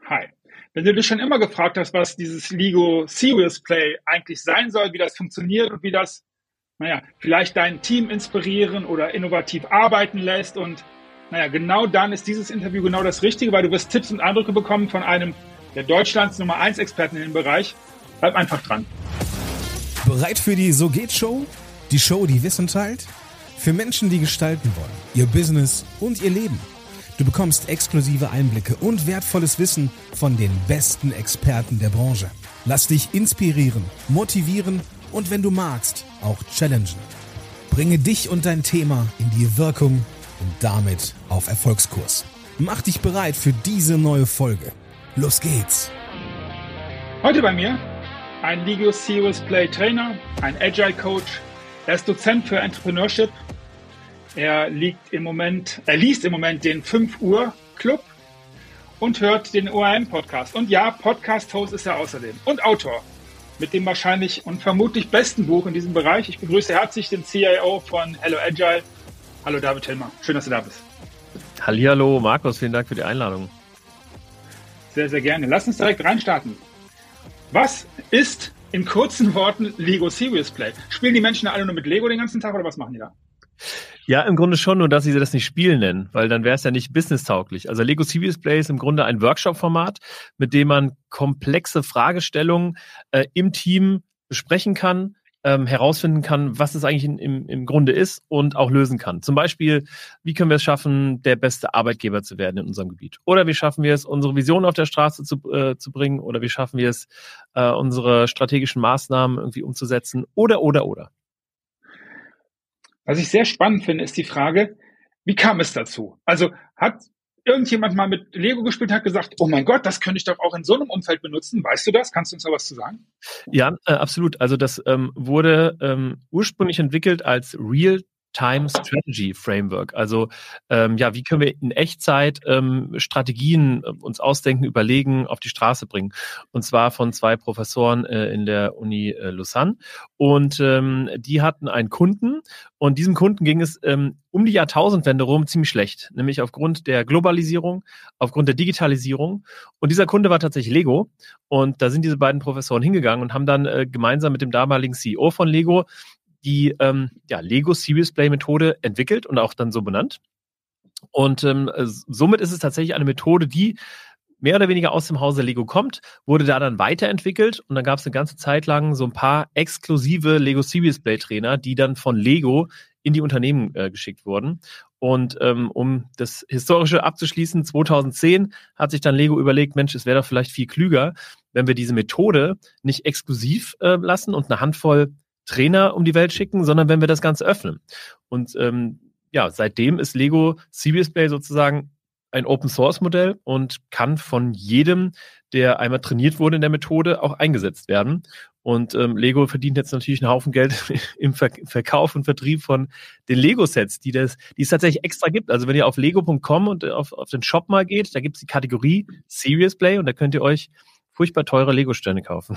Hi. Wenn du dich schon immer gefragt hast, was dieses Lego Serious Play eigentlich sein soll, wie das funktioniert und wie das, vielleicht dein Team inspirieren oder innovativ arbeiten lässt und, genau dann ist dieses Interview genau das Richtige, weil du wirst Tipps und Eindrücke bekommen von einem der Deutschlands Nummer 1 Experten in dem Bereich. Bleib einfach dran. Bereit für die So geht's Show? Die Show, die Wissen teilt? Für Menschen, die gestalten wollen, ihr Business und ihr Leben. Du bekommst exklusive Einblicke und wertvolles Wissen von den besten Experten der Branche. Lass dich inspirieren, motivieren und wenn du magst, auch challengen. Bringe dich und dein Thema in die Wirkung und damit auf Erfolgskurs. Mach dich bereit für diese neue Folge. Los geht's! Heute bei mir ein Lego Serious Play Trainer, ein Agile Coach. Er ist Dozent für Entrepreneurship. Er liest im Moment den 5 Uhr Club und hört den ORM-Podcast. Und ja, Podcast-Host ist er außerdem und Autor mit dem wahrscheinlich und vermutlich besten Buch in diesem Bereich. Ich begrüße herzlich den CIO von Hello Agile. Hallo David Hillmer, schön, dass du da bist. Hallihallo Markus, vielen Dank für die Einladung. Sehr, sehr gerne. Lass uns direkt reinstarten. Was ist in kurzen Worten Lego Serious Play? Spielen die Menschen alle nur mit Lego den ganzen Tag oder was machen die da? Ja, im Grunde schon, nur dass sie das nicht Spielen nennen, weil dann wäre es ja nicht businesstauglich. Also Lego Serious Play ist im Grunde ein Workshop-Format, mit dem man komplexe Fragestellungen im Team besprechen kann, herausfinden kann, was es eigentlich im Grunde ist und auch lösen kann. Zum Beispiel, wie können wir es schaffen, der beste Arbeitgeber zu werden in unserem Gebiet? Oder wie schaffen wir es, unsere Vision auf der Straße zu bringen? Oder wie schaffen wir es, unsere strategischen Maßnahmen irgendwie umzusetzen? Oder. Was ich sehr spannend finde, ist die Frage, wie kam es dazu? Also hat irgendjemand mal mit Lego gespielt und hat gesagt, oh mein Gott, das könnte ich doch auch in so einem Umfeld benutzen. Weißt du das? Kannst du uns da was zu sagen? Ja, absolut. Also das wurde ursprünglich entwickelt als Real-Time Strategy Framework. Also wie können wir in Echtzeit Strategien uns ausdenken, überlegen, auf die Straße bringen. Und zwar von 2 Professoren in der Uni Lausanne. Und die hatten einen Kunden und diesem Kunden ging es um die Jahrtausendwende rum ziemlich schlecht. Nämlich aufgrund der Globalisierung, aufgrund der Digitalisierung. Und dieser Kunde war tatsächlich Lego. Und da sind diese beiden Professoren hingegangen und haben dann gemeinsam mit dem damaligen CEO von Lego die Lego Serious Play Methode entwickelt und auch dann so benannt. Und somit ist es tatsächlich eine Methode, die mehr oder weniger aus dem Hause Lego kommt, wurde da dann weiterentwickelt und dann gab es eine ganze Zeit lang so ein paar exklusive Lego Serious Play Trainer, die dann von Lego in die Unternehmen geschickt wurden. Und um das Historische abzuschließen, 2010 hat sich dann Lego überlegt, Mensch, es wäre doch vielleicht viel klüger, wenn wir diese Methode nicht exklusiv lassen und eine Handvoll Trainer um die Welt schicken, sondern wenn wir das Ganze öffnen. Und seitdem ist Lego Serious Play sozusagen ein Open-Source-Modell und kann von jedem, der einmal trainiert wurde in der Methode, auch eingesetzt werden. Und Lego verdient jetzt natürlich einen Haufen Geld im Verkauf und Vertrieb von den Lego-Sets, die es tatsächlich extra gibt. Also wenn ihr auf lego.com und auf den Shop mal geht, da gibt es die Kategorie Serious Play und da könnt ihr euch furchtbar teure Lego-Steine kaufen.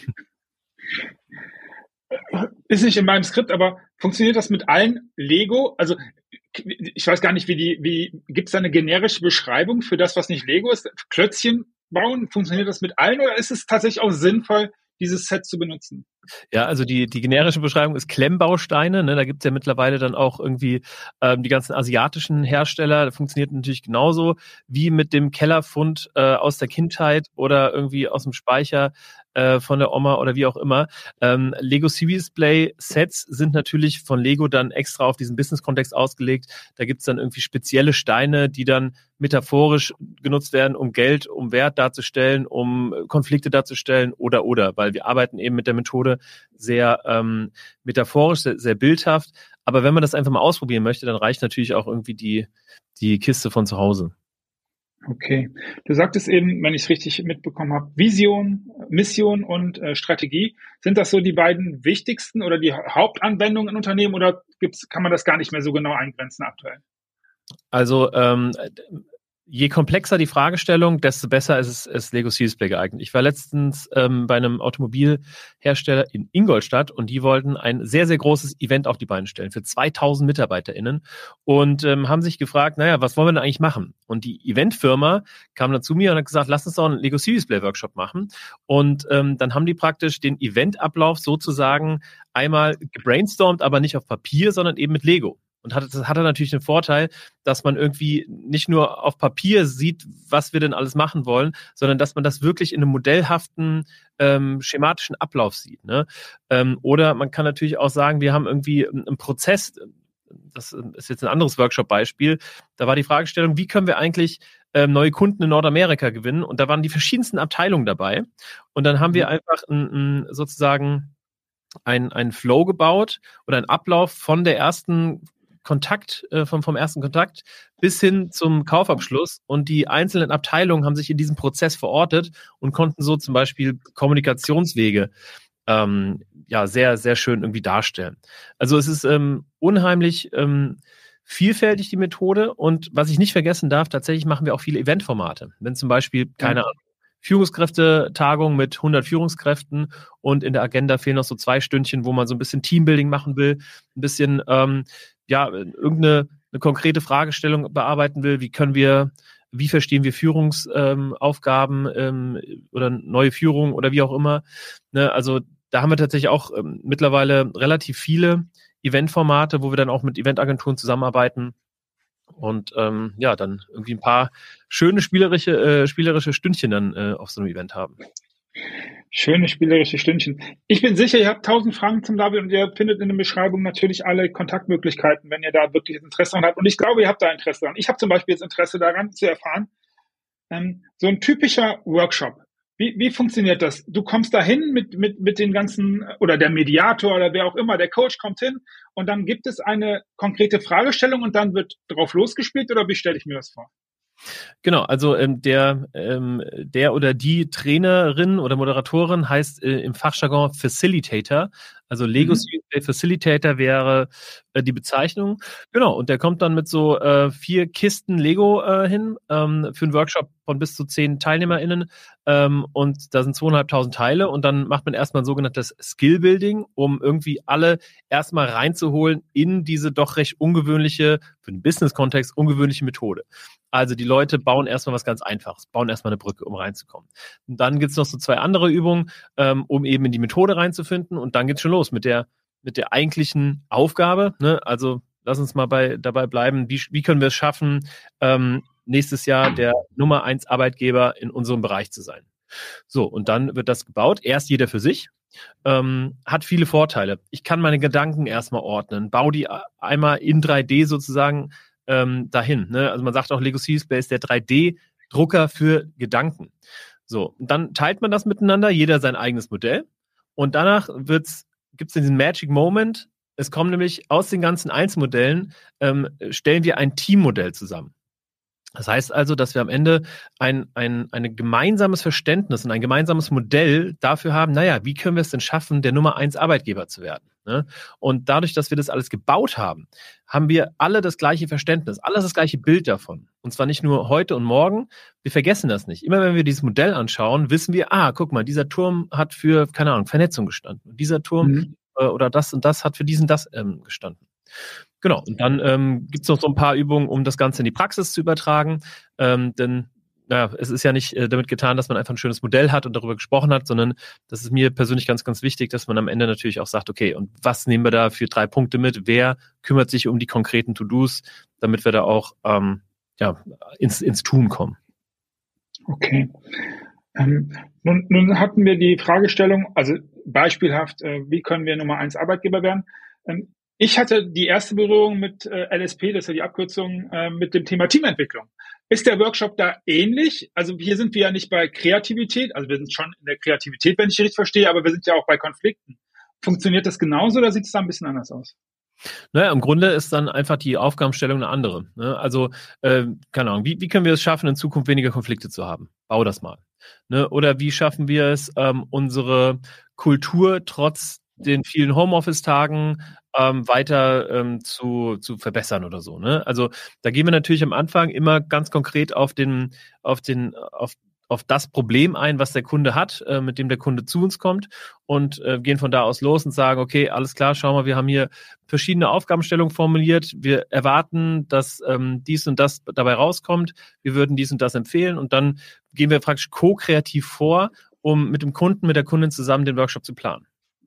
Ist nicht in meinem Skript, aber funktioniert das mit allen Lego? Also ich weiß gar nicht, gibt es da eine generische Beschreibung für das, was nicht Lego ist? Klötzchen bauen, funktioniert das mit allen oder ist es tatsächlich auch sinnvoll, dieses Set zu benutzen? Ja, also die generische Beschreibung ist Klemmbausteine. Ne? Da gibt's ja mittlerweile dann auch irgendwie die ganzen asiatischen Hersteller. Das funktioniert natürlich genauso wie mit dem Kellerfund aus der Kindheit oder irgendwie aus dem Speicher von der Oma oder wie auch immer. Lego Serious Play Sets sind natürlich von Lego dann extra auf diesen Business-Kontext ausgelegt. Da gibt's dann irgendwie spezielle Steine, die dann metaphorisch genutzt werden, um Geld, um Wert darzustellen, um Konflikte darzustellen oder. Weil wir arbeiten eben mit der Methode sehr metaphorisch, sehr, sehr bildhaft. Aber wenn man das einfach mal ausprobieren möchte, dann reicht natürlich auch irgendwie die Kiste von zu Hause. Okay. Du sagtest eben, wenn ich es richtig mitbekommen habe, Vision, Mission und Strategie. Sind das so die beiden wichtigsten oder die Hauptanwendungen in Unternehmen oder kann man das gar nicht mehr so genau eingrenzen aktuell? Also je komplexer die Fragestellung, desto besser ist es Lego Serious Play geeignet. Ich war letztens bei einem Automobilhersteller in Ingolstadt und die wollten ein sehr, sehr großes Event auf die Beine stellen für 2000 MitarbeiterInnen und haben sich gefragt, naja, was wollen wir denn eigentlich machen? Und die Eventfirma kam dann zu mir und hat gesagt, lass uns doch einen Lego Serious Play Workshop machen. Und dann haben die praktisch den Eventablauf sozusagen einmal gebrainstormt, aber nicht auf Papier, sondern eben mit Lego. Und das hatte natürlich den Vorteil, dass man irgendwie nicht nur auf Papier sieht, was wir denn alles machen wollen, sondern dass man das wirklich in einem modellhaften, schematischen Ablauf sieht. Ne? Oder man kann natürlich auch sagen, wir haben irgendwie einen Prozess, das ist jetzt ein anderes Workshop-Beispiel, da war die Fragestellung, wie können wir eigentlich neue Kunden in Nordamerika gewinnen? Und da waren die verschiedensten Abteilungen dabei. Und dann haben wir einfach sozusagen einen Flow gebaut oder einen Ablauf von der ersten Kontakt, vom ersten Kontakt bis hin zum Kaufabschluss und die einzelnen Abteilungen haben sich in diesem Prozess verortet und konnten so zum Beispiel Kommunikationswege sehr, sehr schön irgendwie darstellen. Also es ist unheimlich vielfältig, die Methode, und was ich nicht vergessen darf, tatsächlich machen wir auch viele Eventformate. Wenn zum Beispiel, keine Ahnung, Führungskräftetagung mit 100 Führungskräften und in der Agenda fehlen noch so 2 Stündchen, wo man so ein bisschen Teambuilding machen will, ein bisschen irgendeine konkrete Fragestellung bearbeiten will, wie verstehen wir Führungsaufgaben oder neue Führung oder wie auch immer. Ne? Also da haben wir tatsächlich auch mittlerweile relativ viele Eventformate, wo wir dann auch mit Eventagenturen zusammenarbeiten und dann irgendwie ein paar schöne spielerische Stündchen dann auf so einem Event haben. Schöne spielerische Stündchen. Ich bin sicher, ihr habt 1000 Fragen zum David und ihr findet in der Beschreibung natürlich alle Kontaktmöglichkeiten, wenn ihr da wirklich Interesse daran habt. Und ich glaube, ihr habt da Interesse daran. Ich habe zum Beispiel jetzt Interesse daran zu erfahren, so ein typischer Workshop. Wie funktioniert das? Du kommst da hin mit den ganzen, oder der Mediator oder wer auch immer, der Coach kommt hin und dann gibt es eine konkrete Fragestellung und dann wird drauf losgespielt, oder wie stelle ich mir das vor? Genau, also der oder die Trainerin oder Moderatorin heißt im Fachjargon Facilitator. Also Lego Serious Play Facilitator wäre die Bezeichnung. Genau, und der kommt dann mit so 4 Kisten Lego hin für einen Workshop von bis zu 10 TeilnehmerInnen. Und da sind 2.500 Teile und dann macht man erstmal ein sogenanntes Skill-Building, um irgendwie alle erstmal reinzuholen in diese doch recht ungewöhnliche, für den Business-Kontext ungewöhnliche Methode. Also die Leute bauen erstmal was ganz Einfaches, bauen erstmal eine Brücke, um reinzukommen. Und dann gibt's noch so 2 andere Übungen, um eben in die Methode reinzufinden, und dann geht's schon los mit der eigentlichen Aufgabe. Ne? Also lass uns mal dabei bleiben, wie können wir es schaffen, nächstes Jahr der Nummer 1 Arbeitgeber in unserem Bereich zu sein. So, und dann wird das gebaut, erst jeder für sich, hat viele Vorteile. Ich kann meine Gedanken erstmal ordnen, baue die einmal in 3D sozusagen dahin. Ne? Also man sagt auch, Lego Serious Play ist der 3D-Drucker für Gedanken. So, und dann teilt man das miteinander, jeder sein eigenes Modell, und danach gibt es diesen Magic Moment. Es kommen nämlich aus den ganzen Einzelmodellen, stellen wir ein Teammodell zusammen. Das heißt also, dass wir am Ende ein gemeinsames Verständnis und ein gemeinsames Modell dafür haben, wie können wir es denn schaffen, der Nummer 1 Arbeitgeber zu werden? Ne? Und dadurch, dass wir das alles gebaut haben, haben wir alle das gleiche Verständnis, alles das gleiche Bild davon. Und zwar nicht nur heute und morgen, wir vergessen das nicht. Immer wenn wir dieses Modell anschauen, wissen wir, guck mal, dieser Turm hat für, keine Ahnung, Vernetzung gestanden. Und dieser Turm oder das und das hat für diesen das gestanden. Genau, und dann gibt es noch so ein paar Übungen, um das Ganze in die Praxis zu übertragen. Denn es ist ja nicht damit getan, dass man einfach ein schönes Modell hat und darüber gesprochen hat, sondern das ist mir persönlich ganz, ganz wichtig, dass man am Ende natürlich auch sagt, okay, und was nehmen wir da für 3 Punkte mit? Wer kümmert sich um die konkreten To-Dos, damit wir da auch ins Tun kommen? Okay. Nun hatten wir die Fragestellung, also beispielhaft, wie können wir Nummer 1 Arbeitgeber werden? Ich hatte die erste Berührung mit LSP, das ist ja die Abkürzung, mit dem Thema Teamentwicklung. Ist der Workshop da ähnlich? Also hier sind wir ja nicht bei Kreativität, also wir sind schon in der Kreativität, wenn ich richtig verstehe, aber wir sind ja auch bei Konflikten. Funktioniert das genauso oder sieht es da ein bisschen anders aus? Naja, im Grunde ist dann einfach die Aufgabenstellung eine andere. Ne? Also, keine Ahnung, wie können wir es schaffen, in Zukunft weniger Konflikte zu haben? Bau das mal. Ne? Oder wie schaffen wir es, unsere Kultur trotz den vielen Homeoffice-Tagen weiter zu verbessern oder so. Ne? Also da gehen wir natürlich am Anfang immer ganz konkret auf das Problem ein, was der Kunde hat, mit dem der Kunde zu uns kommt und gehen von da aus los und sagen, okay, alles klar, schau mal, wir haben hier verschiedene Aufgabenstellungen formuliert, wir erwarten, dass dies und das dabei rauskommt, wir würden dies und das empfehlen und dann gehen wir praktisch ko-kreativ vor, um mit dem Kunden, mit der Kundin zusammen den Workshop zu planen.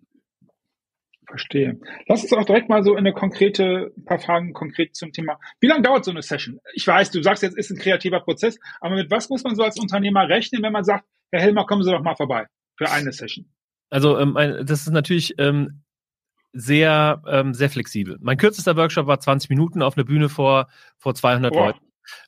Verstehe. Lass uns auch direkt mal so ein paar Fragen konkret zum Thema. Wie lange dauert so eine Session? Ich weiß, du sagst jetzt, ist ein kreativer Prozess, aber mit was muss man so als Unternehmer rechnen, wenn man sagt, Herr Helmer, kommen Sie doch mal vorbei für eine Session? Also das ist natürlich sehr flexibel. Mein kürzester Workshop war 20 Minuten auf einer Bühne vor 200 Leuten.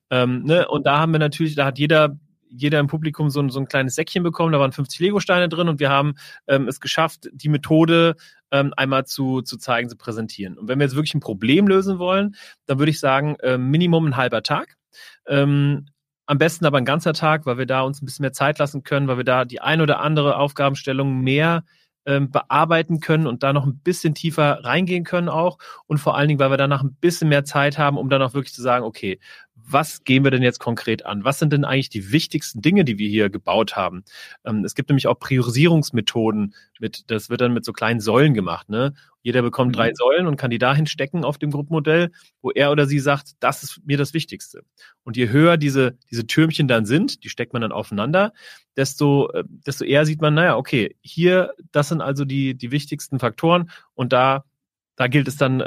Und da haben wir natürlich, da hat jeder im Publikum so ein kleines Säckchen bekommen, da waren 50 Lego-Steine drin und wir haben es geschafft, die Methode einmal zu zeigen, zu präsentieren. Und wenn wir jetzt wirklich ein Problem lösen wollen, dann würde ich sagen, Minimum ein halber Tag. Am besten aber ein ganzer Tag, weil wir da uns ein bisschen mehr Zeit lassen können, weil wir da die ein oder andere Aufgabenstellung mehr bearbeiten können und da noch ein bisschen tiefer reingehen können auch und vor allen Dingen, weil wir danach ein bisschen mehr Zeit haben, um dann auch wirklich zu sagen, okay, was gehen wir denn jetzt konkret an? Was sind denn eigentlich die wichtigsten Dinge, die wir hier gebaut haben? Es gibt nämlich auch Priorisierungsmethoden, das wird dann mit so kleinen Säulen gemacht, ne? Jeder bekommt 3 Säulen und kann die dahin stecken auf dem Gruppenmodell, wo er oder sie sagt, das ist mir das Wichtigste. Und je höher diese Türmchen dann sind, die steckt man dann aufeinander, desto eher sieht man, naja, okay, hier, das sind also die wichtigsten Faktoren und da gilt es dann,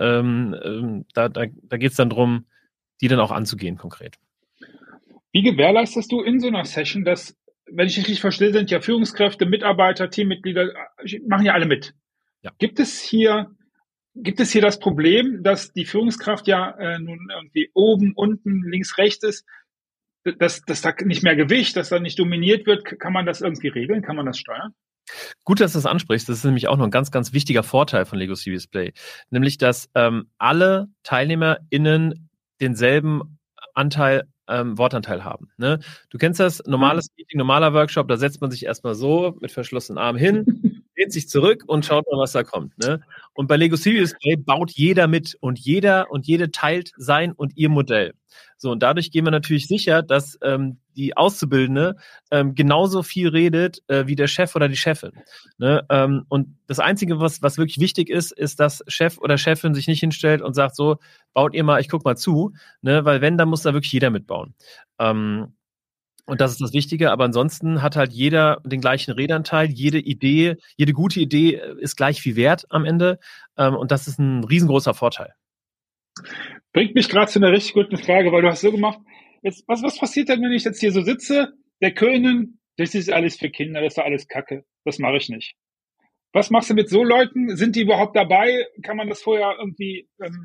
da geht es dann drum, die dann auch anzugehen konkret. Wie gewährleistest du in so einer Session, dass, wenn ich richtig verstehe, sind ja Führungskräfte, Mitarbeiter, Teammitglieder, machen ja alle mit. Ja. Gibt es hier das Problem, dass die Führungskraft ja nun irgendwie oben, unten, links, rechts ist, dass da nicht mehr Gewicht, dass da nicht dominiert wird? Kann man das irgendwie regeln? Kann man das steuern? Gut, dass du das ansprichst. Das ist nämlich auch noch ein ganz, ganz wichtiger Vorteil von Lego Serious Play. Nämlich, dass alle TeilnehmerInnen denselben Wortanteil haben. Ne? Du kennst das, normales Meeting, normaler Workshop, da setzt man sich erstmal so mit verschlossenen Armen hin, lehnt sich zurück und schaut mal, was da kommt. Ne? Und bei Lego Serious Play baut jeder mit und jede teilt sein und ihr Modell. So, und dadurch gehen wir natürlich sicher, dass die Auszubildende genauso viel redet wie der Chef oder die Chefin. Ne? Und das Einzige, was wirklich wichtig ist, dass Chef oder Chefin sich nicht hinstellt und sagt so, baut ihr mal, ich guck mal zu, ne? Weil wenn, dann muss da wirklich jeder mitbauen. Und das ist das Wichtige, aber ansonsten hat halt jeder den gleichen Redanteil, jede gute Idee ist gleich viel wert am Ende und das ist ein riesengroßer Vorteil. Bringt mich gerade zu einer richtig guten Frage, weil du hast so gemacht, jetzt, was passiert denn, wenn ich jetzt hier so sitze, der König, das ist alles für Kinder, das ist alles Kacke, das mache ich nicht. Was machst du mit so Leuten? Sind die überhaupt dabei? Kann man da vorher irgendwie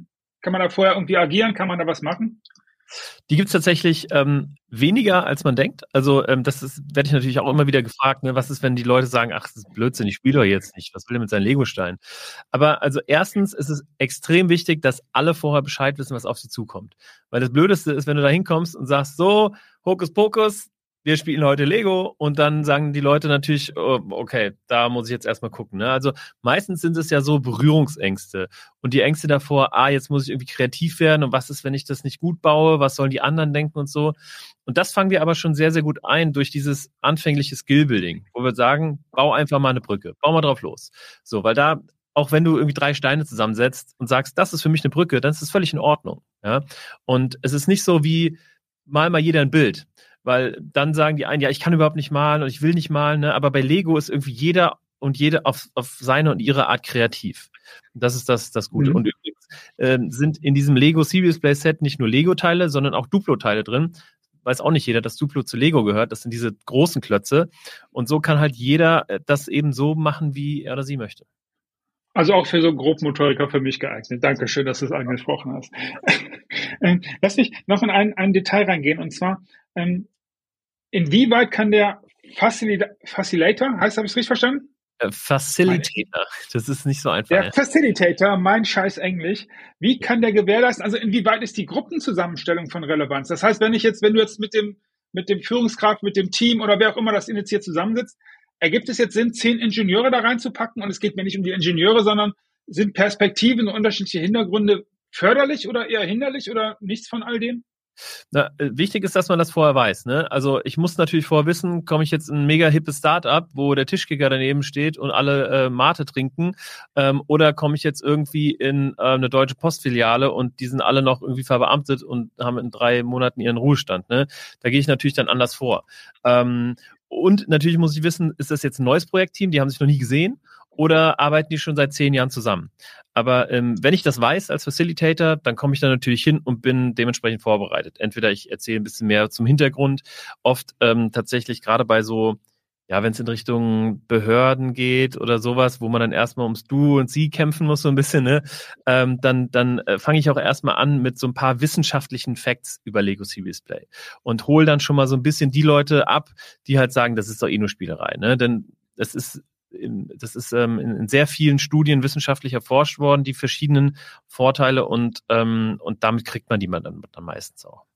agieren? Kann man da was machen? Die gibt es tatsächlich weniger, als man denkt. Also werde ich natürlich auch immer wieder gefragt, ne, was ist, wenn die Leute sagen, ach, das ist Blödsinn, ich spiele doch jetzt nicht, was will er mit seinen Legosteinen? Aber also erstens ist es extrem wichtig, dass alle vorher Bescheid wissen, was auf sie zukommt. Weil das Blödeste ist, wenn du da hinkommst und sagst, so, Hokuspokus, wir spielen heute Lego und dann sagen die Leute natürlich, oh, okay, da muss ich jetzt erstmal gucken. Ne? Also meistens sind es ja so Berührungsängste und die Ängste davor, jetzt muss ich irgendwie kreativ werden und was ist, wenn ich das nicht gut baue, was sollen die anderen denken und so. Und das fangen wir aber schon sehr, sehr gut ein durch dieses anfängliche Skillbuilding, wo wir sagen, bau einfach mal eine Brücke, bau mal drauf los. So, weil da, auch wenn du irgendwie 3 Steine zusammensetzt und sagst, das ist für mich eine Brücke, dann ist das völlig in Ordnung. Ja? Und es ist nicht so wie, mal jeder ein Bild. Weil dann sagen die einen, ja, ich kann überhaupt nicht malen und ich will nicht malen, ne? Aber bei Lego ist irgendwie jeder und jede auf seine und ihre Art kreativ. Und das ist das Gute. Und übrigens sind in diesem Lego Serious Play Set nicht nur Lego-Teile, sondern auch Duplo-Teile drin. Weiß auch nicht jeder, dass Duplo zu Lego gehört. Das sind diese großen Klötze. Und so kann halt jeder das eben so machen, wie er oder sie möchte. Also auch für so Grobmotoriker für mich geeignet. Dankeschön, dass du es angesprochen hast. Lass mich noch in ein Detail reingehen. Und zwar, inwieweit kann der Facilitator, habe ich es richtig verstanden? Facilitator, das ist nicht so einfach. Der Facilitator, mein scheiß Englisch, wie kann der gewährleisten, also inwieweit ist die Gruppenzusammenstellung von Relevanz? Das heißt, wenn du jetzt mit dem Führungskraft, mit dem Team oder wer auch immer das initiiert zusammensitzt, ergibt es jetzt Sinn, 10 Ingenieure da reinzupacken? Und es geht mir nicht um die Ingenieure, sondern Sind Perspektiven und unterschiedliche Hintergründe förderlich oder eher hinderlich oder nichts von all dem? Na, wichtig ist, dass man das vorher weiß. Ne? Also ich muss natürlich vorher wissen, komme ich jetzt in ein mega hippes Start-up, wo der Tischkicker daneben steht und alle Mate trinken, oder komme ich jetzt irgendwie in eine Deutsche Postfiliale und die sind alle noch irgendwie verbeamtet und haben in 3 Monaten ihren Ruhestand. Ne? Da gehe ich natürlich dann anders vor. Und natürlich muss ich wissen, ist das jetzt ein neues Projektteam, die haben sich noch nie gesehen, oder arbeiten die schon seit 10 Jahren zusammen? Aber wenn ich das weiß als Facilitator, dann komme ich da natürlich hin und bin dementsprechend vorbereitet. Entweder ich erzähle ein bisschen mehr zum Hintergrund, oft tatsächlich gerade bei so, ja, wenn es in Richtung Behörden geht oder sowas, wo man dann erstmal ums Du und Sie kämpfen muss so ein bisschen, ne, dann fange ich auch erstmal an mit so ein paar wissenschaftlichen Facts über Lego Serious Play und hole dann schon mal so ein bisschen die Leute ab, die halt sagen, das ist doch eh nur Spielerei, ne, denn das ist in sehr vielen Studien wissenschaftlich erforscht worden, die verschiedenen Vorteile und damit kriegt man die dann meistens auch.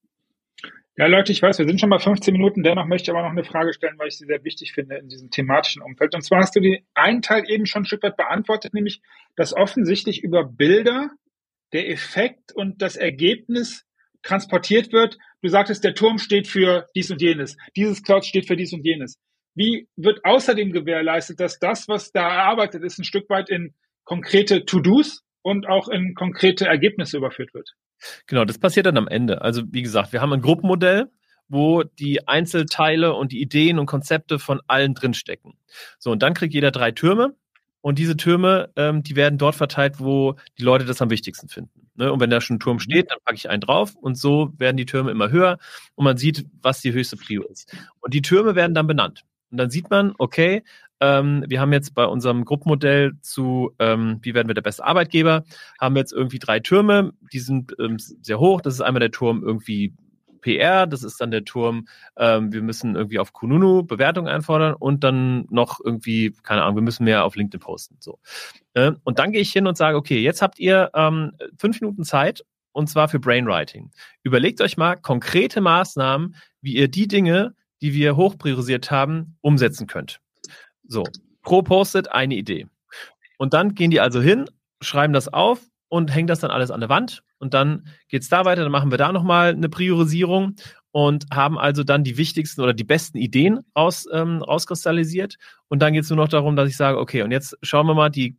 Ja, Leute, ich weiß, wir sind schon bei 15 Minuten, dennoch möchte ich aber noch eine Frage stellen, weil ich sie sehr wichtig finde in diesem thematischen Umfeld. Und zwar hast du einen Teil eben schon ein Stück weit beantwortet, nämlich, dass offensichtlich über Bilder der Effekt und das Ergebnis transportiert wird. Du sagtest, der Turm steht für dies und jenes, dieses Cloud steht für dies und jenes. Wie wird außerdem gewährleistet, dass das, was da erarbeitet ist, ein Stück weit in konkrete To-Dos und auch in konkrete Ergebnisse überführt wird? Genau, das passiert dann am Ende. Also wie gesagt, wir haben ein Gruppenmodell, wo die Einzelteile und die Ideen und Konzepte von allen drinstecken. So, und dann kriegt jeder 3 Türme. Und diese Türme, die werden dort verteilt, wo die Leute das am wichtigsten finden. Ne? Und wenn da schon ein Turm steht, dann packe ich einen drauf und so werden die Türme immer höher und man sieht, was die höchste Prio ist. Und die Türme werden dann benannt. Und dann sieht man, okay, wir haben jetzt bei unserem Gruppenmodell zu, wie werden wir der beste Arbeitgeber, haben wir jetzt irgendwie 3 Türme, die sind sehr hoch. Das ist einmal der Turm irgendwie PR, das ist dann der Turm, wir müssen irgendwie auf Kununu Bewertungen einfordern und dann noch irgendwie, keine Ahnung, wir müssen mehr auf LinkedIn posten. So. Und dann gehe ich hin und sage, okay, jetzt habt ihr 5 Minuten Zeit und zwar für Brainwriting. Überlegt euch mal konkrete Maßnahmen, wie ihr die Dinge, die wir hoch priorisiert haben, umsetzen könnt. So, pro Post-it eine Idee. Und dann gehen die also hin, schreiben das auf und hängen das dann alles an der Wand. Und dann geht's da weiter, dann machen wir da nochmal eine Priorisierung und haben also dann die wichtigsten oder die besten Ideen rauskristallisiert. Und dann geht's nur noch darum, dass ich sage, okay, und jetzt schauen wir mal die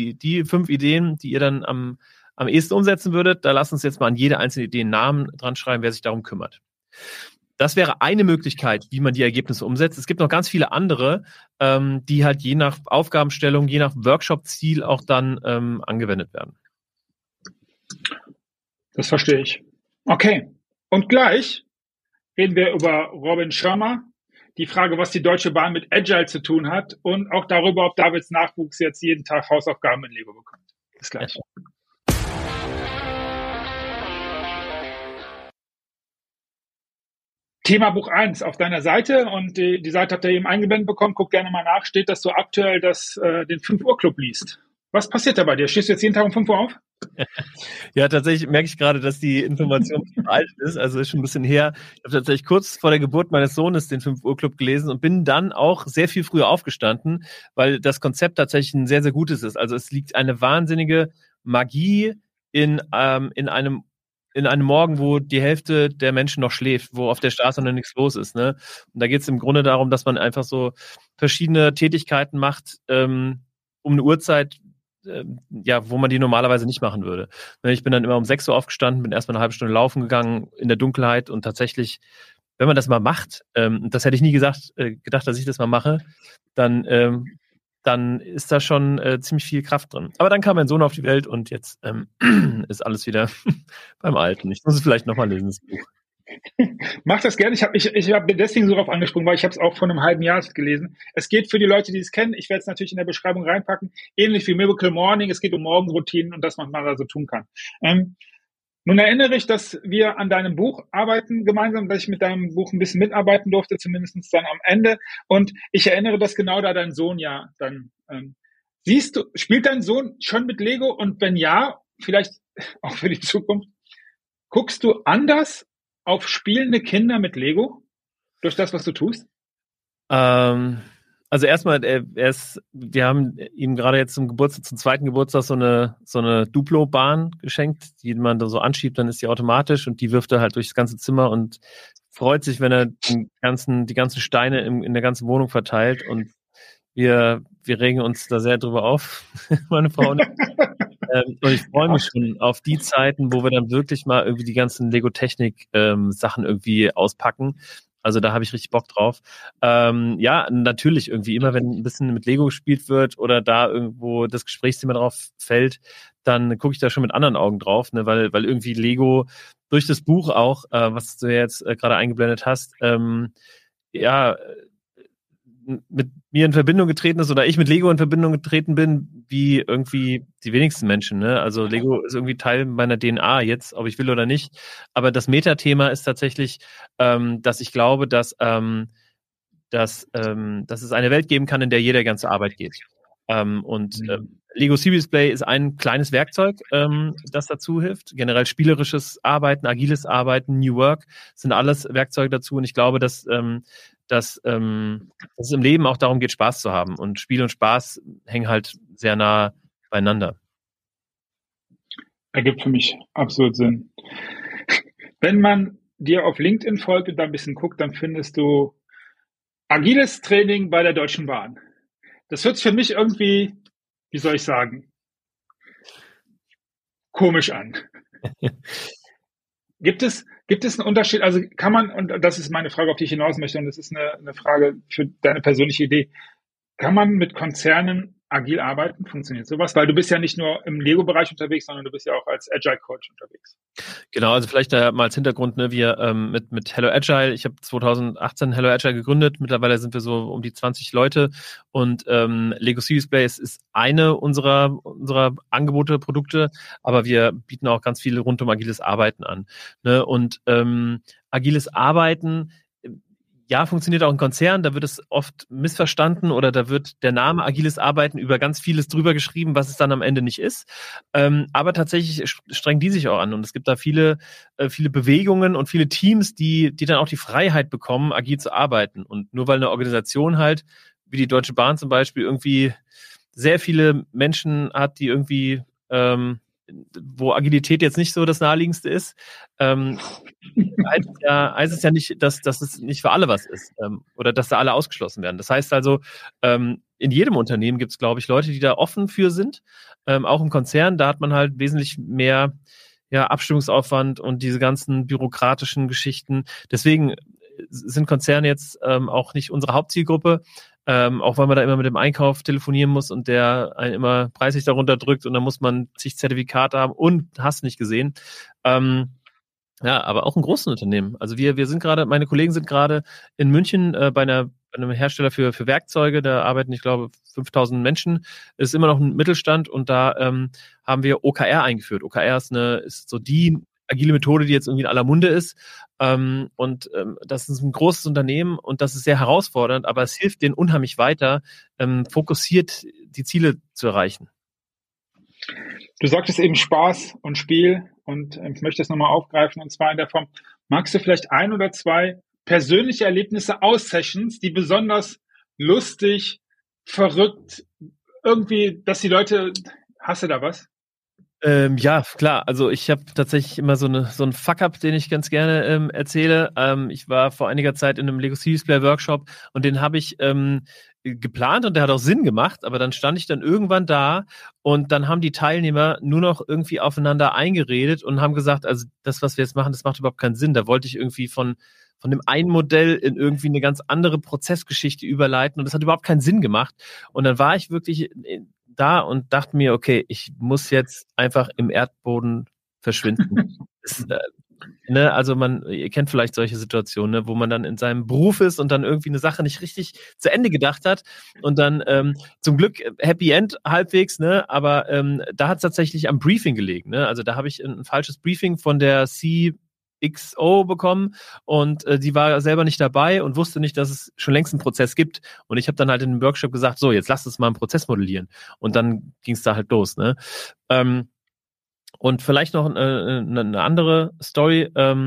5 Ideen, die ihr dann am ehesten umsetzen würdet. Da lasst uns jetzt mal an jede einzelne Idee einen Namen dran schreiben, wer sich darum kümmert. Das wäre eine Möglichkeit, wie man die Ergebnisse umsetzt. Es gibt noch ganz viele andere, die halt je nach Aufgabenstellung, je nach Workshop-Ziel auch dann angewendet werden. Das verstehe ich. Okay. Und gleich reden wir über Robin Schirmer, die Frage, was die Deutsche Bahn mit Agile zu tun hat und auch darüber, ob Davids Nachwuchs jetzt jeden Tag Hausaufgaben in Lego bekommt. Bis gleich. Ja. Thema Buch 1 auf deiner Seite und die Seite habt ihr eben eingeblendet bekommen. Guck gerne mal nach, steht, dass du aktuell den 5 Uhr Club liest. Was passiert da bei dir? Stehst du jetzt jeden Tag um 5 Uhr auf? Ja, tatsächlich merke ich gerade, dass die Information alt ist. Also ist schon ein bisschen her. Ich habe tatsächlich kurz vor der Geburt meines Sohnes den 5 Uhr Club gelesen und bin dann auch sehr viel früher aufgestanden, weil das Konzept tatsächlich ein sehr, sehr gutes ist. Also es liegt eine wahnsinnige Magie in einem Morgen, wo die Hälfte der Menschen noch schläft, wo auf der Straße noch nichts los ist. Ne? Und da geht es im Grunde darum, dass man einfach so verschiedene Tätigkeiten macht, um eine Uhrzeit, wo man die normalerweise nicht machen würde. Ich bin dann immer um 6 Uhr aufgestanden, bin erstmal eine halbe Stunde laufen gegangen in der Dunkelheit und tatsächlich, wenn man das mal macht, das hätte ich nie gedacht, dass ich das mal mache, dann ist da schon ziemlich viel Kraft drin. Aber dann kam mein Sohn auf die Welt und jetzt ist alles wieder beim Alten. Ich muss es vielleicht nochmal lesen, das Buch. Mach das gerne. Ich hab deswegen so drauf angesprungen, weil ich habe es auch vor einem halben Jahr gelesen. Es geht für die Leute, die es kennen, ich werde es natürlich in der Beschreibung reinpacken, ähnlich wie Miracle Morning. Es geht um Morgenroutinen und das, was man da so tun kann. Nun erinnere ich, dass wir an deinem Buch arbeiten gemeinsam, dass ich mit deinem Buch ein bisschen mitarbeiten durfte, zumindest dann am Ende. Und ich erinnere, dass genau da dein Sohn ja dann spielt dein Sohn schon mit Lego? Und wenn ja, vielleicht auch für die Zukunft, guckst du anders auf spielende Kinder mit Lego durch das, was du tust? Also erstmal, wir haben ihm gerade jetzt zum zweiten Geburtstag so eine Duplo-Bahn geschenkt, die man da so anschiebt, dann ist die automatisch und die wirft er halt durchs ganze Zimmer und freut sich, wenn er die ganzen Steine in der ganzen Wohnung verteilt, und wir regen uns da sehr drüber auf, meine Frau und ich. Und ich freue mich schon auf die Zeiten, wo wir dann wirklich mal irgendwie die ganzen Lego-Technik-Sachen irgendwie auspacken. Also da habe ich richtig Bock drauf. Ja, natürlich irgendwie immer, wenn ein bisschen mit Lego gespielt wird oder da irgendwo das Gesprächsthema drauf fällt, dann gucke ich da schon mit anderen Augen drauf, ne, weil irgendwie Lego durch das Buch auch, was du jetzt gerade eingeblendet hast, ja, mit mir in Verbindung getreten ist oder ich mit Lego in Verbindung getreten bin, wie irgendwie die wenigsten Menschen. Ne? Also Lego ist irgendwie Teil meiner DNA jetzt, ob ich will oder nicht. Aber das Metathema ist tatsächlich, dass ich glaube, dass es eine Welt geben kann, in der jeder ganze Arbeit geht. Lego Serious Play ist ein kleines Werkzeug, das dazu hilft. Generell spielerisches Arbeiten, agiles Arbeiten, New Work sind alles Werkzeuge dazu. Und ich glaube, dass es im Leben auch darum geht, Spaß zu haben. Und Spiel und Spaß hängen halt sehr nah beieinander. Ergibt für mich absolut Sinn. Wenn man dir auf LinkedIn folgt und da ein bisschen guckt, dann findest du agiles Training bei der Deutschen Bahn. Das hört sich für mich irgendwie, wie soll ich sagen, komisch an. Gibt es einen Unterschied? Also kann man, und das ist meine Frage, auf die ich hinaus möchte, und das ist eine Frage für deine persönliche Idee, kann man mit Konzernen agil arbeiten? Funktioniert sowas? Weil du bist ja nicht nur im Lego-Bereich unterwegs, sondern du bist ja auch als Agile-Coach unterwegs. Genau, also vielleicht da mal als Hintergrund, ne, wir mit Hello Agile, ich habe 2018 Hello Agile gegründet, mittlerweile sind wir so um die 20 Leute und Lego Serious Play ist eine unserer Angebote, Produkte, aber wir bieten auch ganz viele rund um agiles Arbeiten an. Ne? Und agiles Arbeiten, ja, funktioniert auch in Konzernen, da wird es oft missverstanden oder da wird der Name agiles Arbeiten über ganz vieles drüber geschrieben, was es dann am Ende nicht ist. Aber tatsächlich strengen die sich auch an und es gibt da viele Bewegungen und viele Teams, die dann auch die Freiheit bekommen, agil zu arbeiten. Und nur weil eine Organisation halt, wie die Deutsche Bahn zum Beispiel, irgendwie sehr viele Menschen hat, die irgendwie wo Agilität jetzt nicht so das Naheliegendste ist, heißt es ja nicht, dass es nicht für alle was ist oder dass da alle ausgeschlossen werden. Das heißt also, in jedem Unternehmen gibt es, glaube ich, Leute, die da offen für sind. Auch im Konzern, da hat man halt wesentlich mehr Abstimmungsaufwand und diese ganzen bürokratischen Geschichten. Deswegen sind Konzerne jetzt auch nicht unsere Hauptzielgruppe. Auch weil man da immer mit dem Einkauf telefonieren muss und der einen immer preislich darunter drückt und dann muss man zig Zertifikate haben und hast nicht gesehen. Ja, aber auch in großen Unternehmen. Also wir sind gerade, meine Kollegen sind gerade in München bei einem Hersteller für Werkzeuge, da arbeiten, ich glaube, 5000 Menschen, ist immer noch ein Mittelstand und da haben wir OKR eingeführt. OKR ist so die agile Methode, die jetzt irgendwie in aller Munde ist. Das ist ein großes Unternehmen und das ist sehr herausfordernd, aber es hilft denen unheimlich weiter, fokussiert die Ziele zu erreichen. Du sagtest eben Spaß und Spiel und ich möchte das nochmal aufgreifen und zwar in der Form, magst du vielleicht ein oder zwei persönliche Erlebnisse aus Sessions, die besonders lustig, verrückt, irgendwie, dass die Leute, hast du da was? Ja, klar. Also ich habe tatsächlich immer so einen Fuck-up, den ich ganz gerne erzähle. Ich war vor einiger Zeit in einem Lego Serious Play Workshop und den habe ich geplant und der hat auch Sinn gemacht, aber dann stand ich dann irgendwann da und dann haben die Teilnehmer nur noch irgendwie aufeinander eingeredet und haben gesagt, also das, was wir jetzt machen, das macht überhaupt keinen Sinn. Da wollte ich irgendwie von dem einen Modell in irgendwie eine ganz andere Prozessgeschichte überleiten und das hat überhaupt keinen Sinn gemacht. Und dann war ich wirklich da und dachte mir, okay, ich muss jetzt einfach im Erdboden verschwinden. Also ihr kennt vielleicht solche Situationen, ne, wo man dann in seinem Beruf ist und dann irgendwie eine Sache nicht richtig zu Ende gedacht hat und dann zum Glück Happy End halbwegs, ne, aber da hat es tatsächlich am Briefing gelegen, ne, also da habe ich ein falsches Briefing von der CXO bekommen und die war selber nicht dabei und wusste nicht, dass es schon längst einen Prozess gibt und ich habe dann halt in dem Workshop gesagt, so, jetzt lasst uns mal einen Prozess modellieren und dann ging es da halt los, ne. Und vielleicht noch eine andere Story.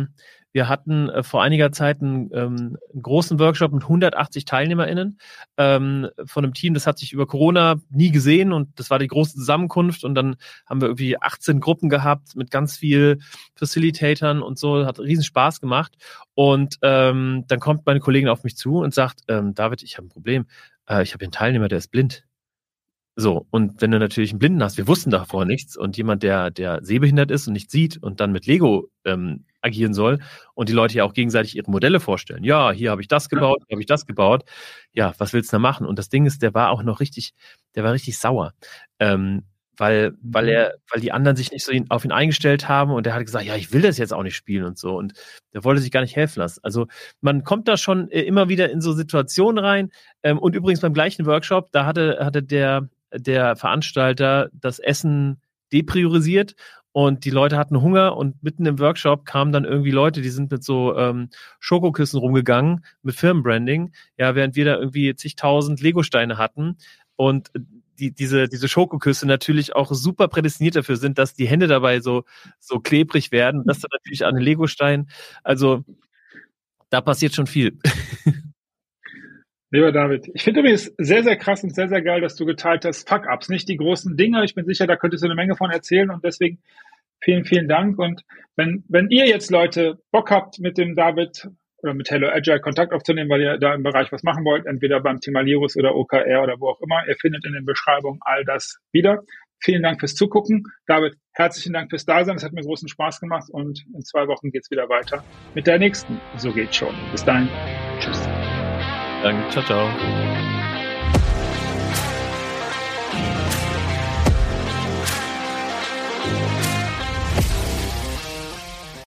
Wir hatten vor einiger Zeit einen großen Workshop mit 180 TeilnehmerInnen von einem Team, das hat sich über Corona nie gesehen und das war die große Zusammenkunft und dann haben wir irgendwie 18 Gruppen gehabt mit ganz viel Facilitatern und so, hat riesen Spaß gemacht und dann kommt meine Kollegin auf mich zu und sagt, David, ich habe ein Problem, ich habe hier einen Teilnehmer, der ist blind. So, und wenn du natürlich einen Blinden hast, wir wussten davor nichts und jemand, der sehbehindert ist und nicht sieht und dann mit Lego agieren soll und die Leute ja auch gegenseitig ihre Modelle vorstellen. Ja, hier habe ich das gebaut, hier habe ich das gebaut. Ja, was willst du da machen? Und das Ding ist, der war richtig sauer. Weil die anderen sich nicht so auf ihn eingestellt haben und der hat gesagt, ja, ich will das jetzt auch nicht spielen und so und der wollte sich gar nicht helfen lassen. Also man kommt da schon immer wieder in so Situationen rein und übrigens beim gleichen Workshop, da hatte der Veranstalter das Essen depriorisiert und die Leute hatten Hunger und mitten im Workshop kamen dann irgendwie Leute, die sind mit so Schokokissen rumgegangen mit Firmenbranding, ja, während wir da irgendwie zigtausend Legosteine hatten und diese Schokoküsse natürlich auch super prädestiniert dafür sind, dass die Hände dabei so klebrig werden, das dann natürlich an den Legostein, also da passiert schon viel. Lieber David, ich finde übrigens sehr, sehr krass und sehr, sehr geil, dass du geteilt hast, Fuck-Ups, nicht die großen Dinge. Ich bin sicher, da könntest du eine Menge von erzählen und deswegen vielen, vielen Dank. Und wenn ihr jetzt Leute Bock habt, mit dem David oder mit Hello Agile Kontakt aufzunehmen, weil ihr da im Bereich was machen wollt, entweder beim Thema Lirus oder OKR oder wo auch immer, ihr findet in den Beschreibungen all das wieder. Vielen Dank fürs Zugucken. David, herzlichen Dank fürs Dasein. Es hat mir großen Spaß gemacht und in 2 Wochen geht's wieder weiter mit der nächsten So geht's schon. Bis dahin. Tschüss. Danke, ciao, ciao.